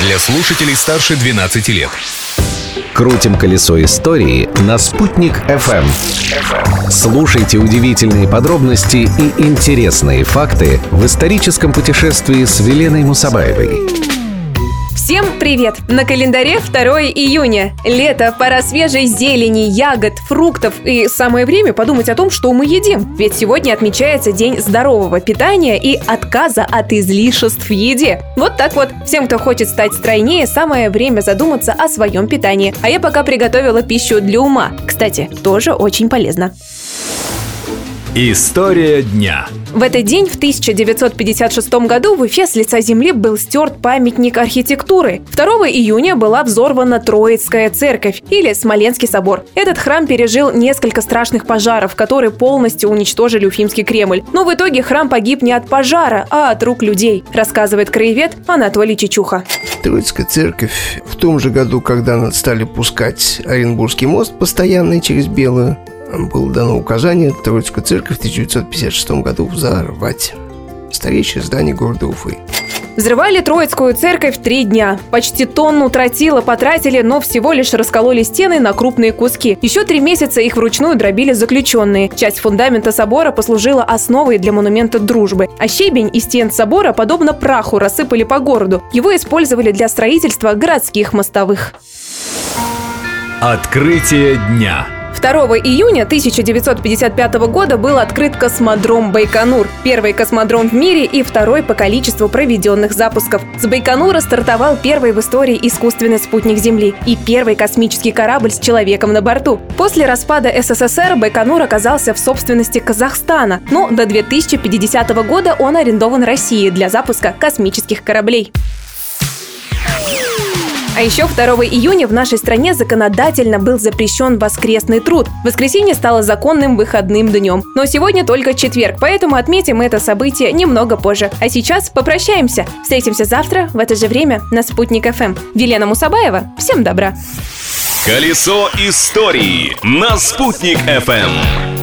Для слушателей старше 12 лет. Крутим колесо истории на «Спутник FM». Слушайте удивительные подробности и интересные факты в историческом путешествии с Веленой Мусабаевой. Всем привет! На календаре 2 июня. Лето, пора свежей зелени, ягод, фруктов. И самое время подумать о том, что мы едим. Ведь сегодня отмечается День здорового питания и отказа от излишеств в еде. Вот так вот. Всем, кто хочет стать стройнее, самое время задуматься о своем питании. А я пока приготовила пищу для ума. Кстати, тоже очень полезно. История дня. В этот день, в 1956 году, в Уфе с лица земли был стерт памятник архитектуры. 2 июня была взорвана Троицкая церковь, или Смоленский собор. Этот храм пережил несколько страшных пожаров, которые полностью уничтожили Уфимский Кремль. Но в итоге храм погиб не от пожара, а от рук людей, рассказывает краевед Анатолий Чичуха. Троицкая церковь в том же году, когда стали пускать Оренбургский мост постоянный через Белую, было дано указание Троицкую церковь в 1956 году взорвать. Старейшее здание города Уфы. Взрывали Троицкую церковь 3 дня. Почти тонну тротила потратили, но всего лишь раскололи стены на крупные куски. Еще 3 месяца их вручную дробили заключенные. Часть фундамента собора послужила основой для монумента дружбы. А щебень и стен собора, подобно праху, рассыпали по городу. Его использовали для строительства городских мостовых. Открытие дня. 2 июня 1955 года был открыт космодром Байконур. Первый космодром в мире и второй по количеству проведенных запусков. С Байконура стартовал первый в истории искусственный спутник Земли и первый космический корабль с человеком на борту. После распада СССР Байконур оказался в собственности Казахстана, но до 2050 года он арендован Россией для запуска космических кораблей. А еще 2 июня в нашей стране законодательно был запрещен воскресный труд. Воскресенье стало законным выходным днем. Но сегодня только четверг, поэтому отметим это событие немного позже. А сейчас попрощаемся. Встретимся завтра в это же время на «Спутник FM». Велена Мусабаева. Всем добра! Колесо истории на «Спутник FM».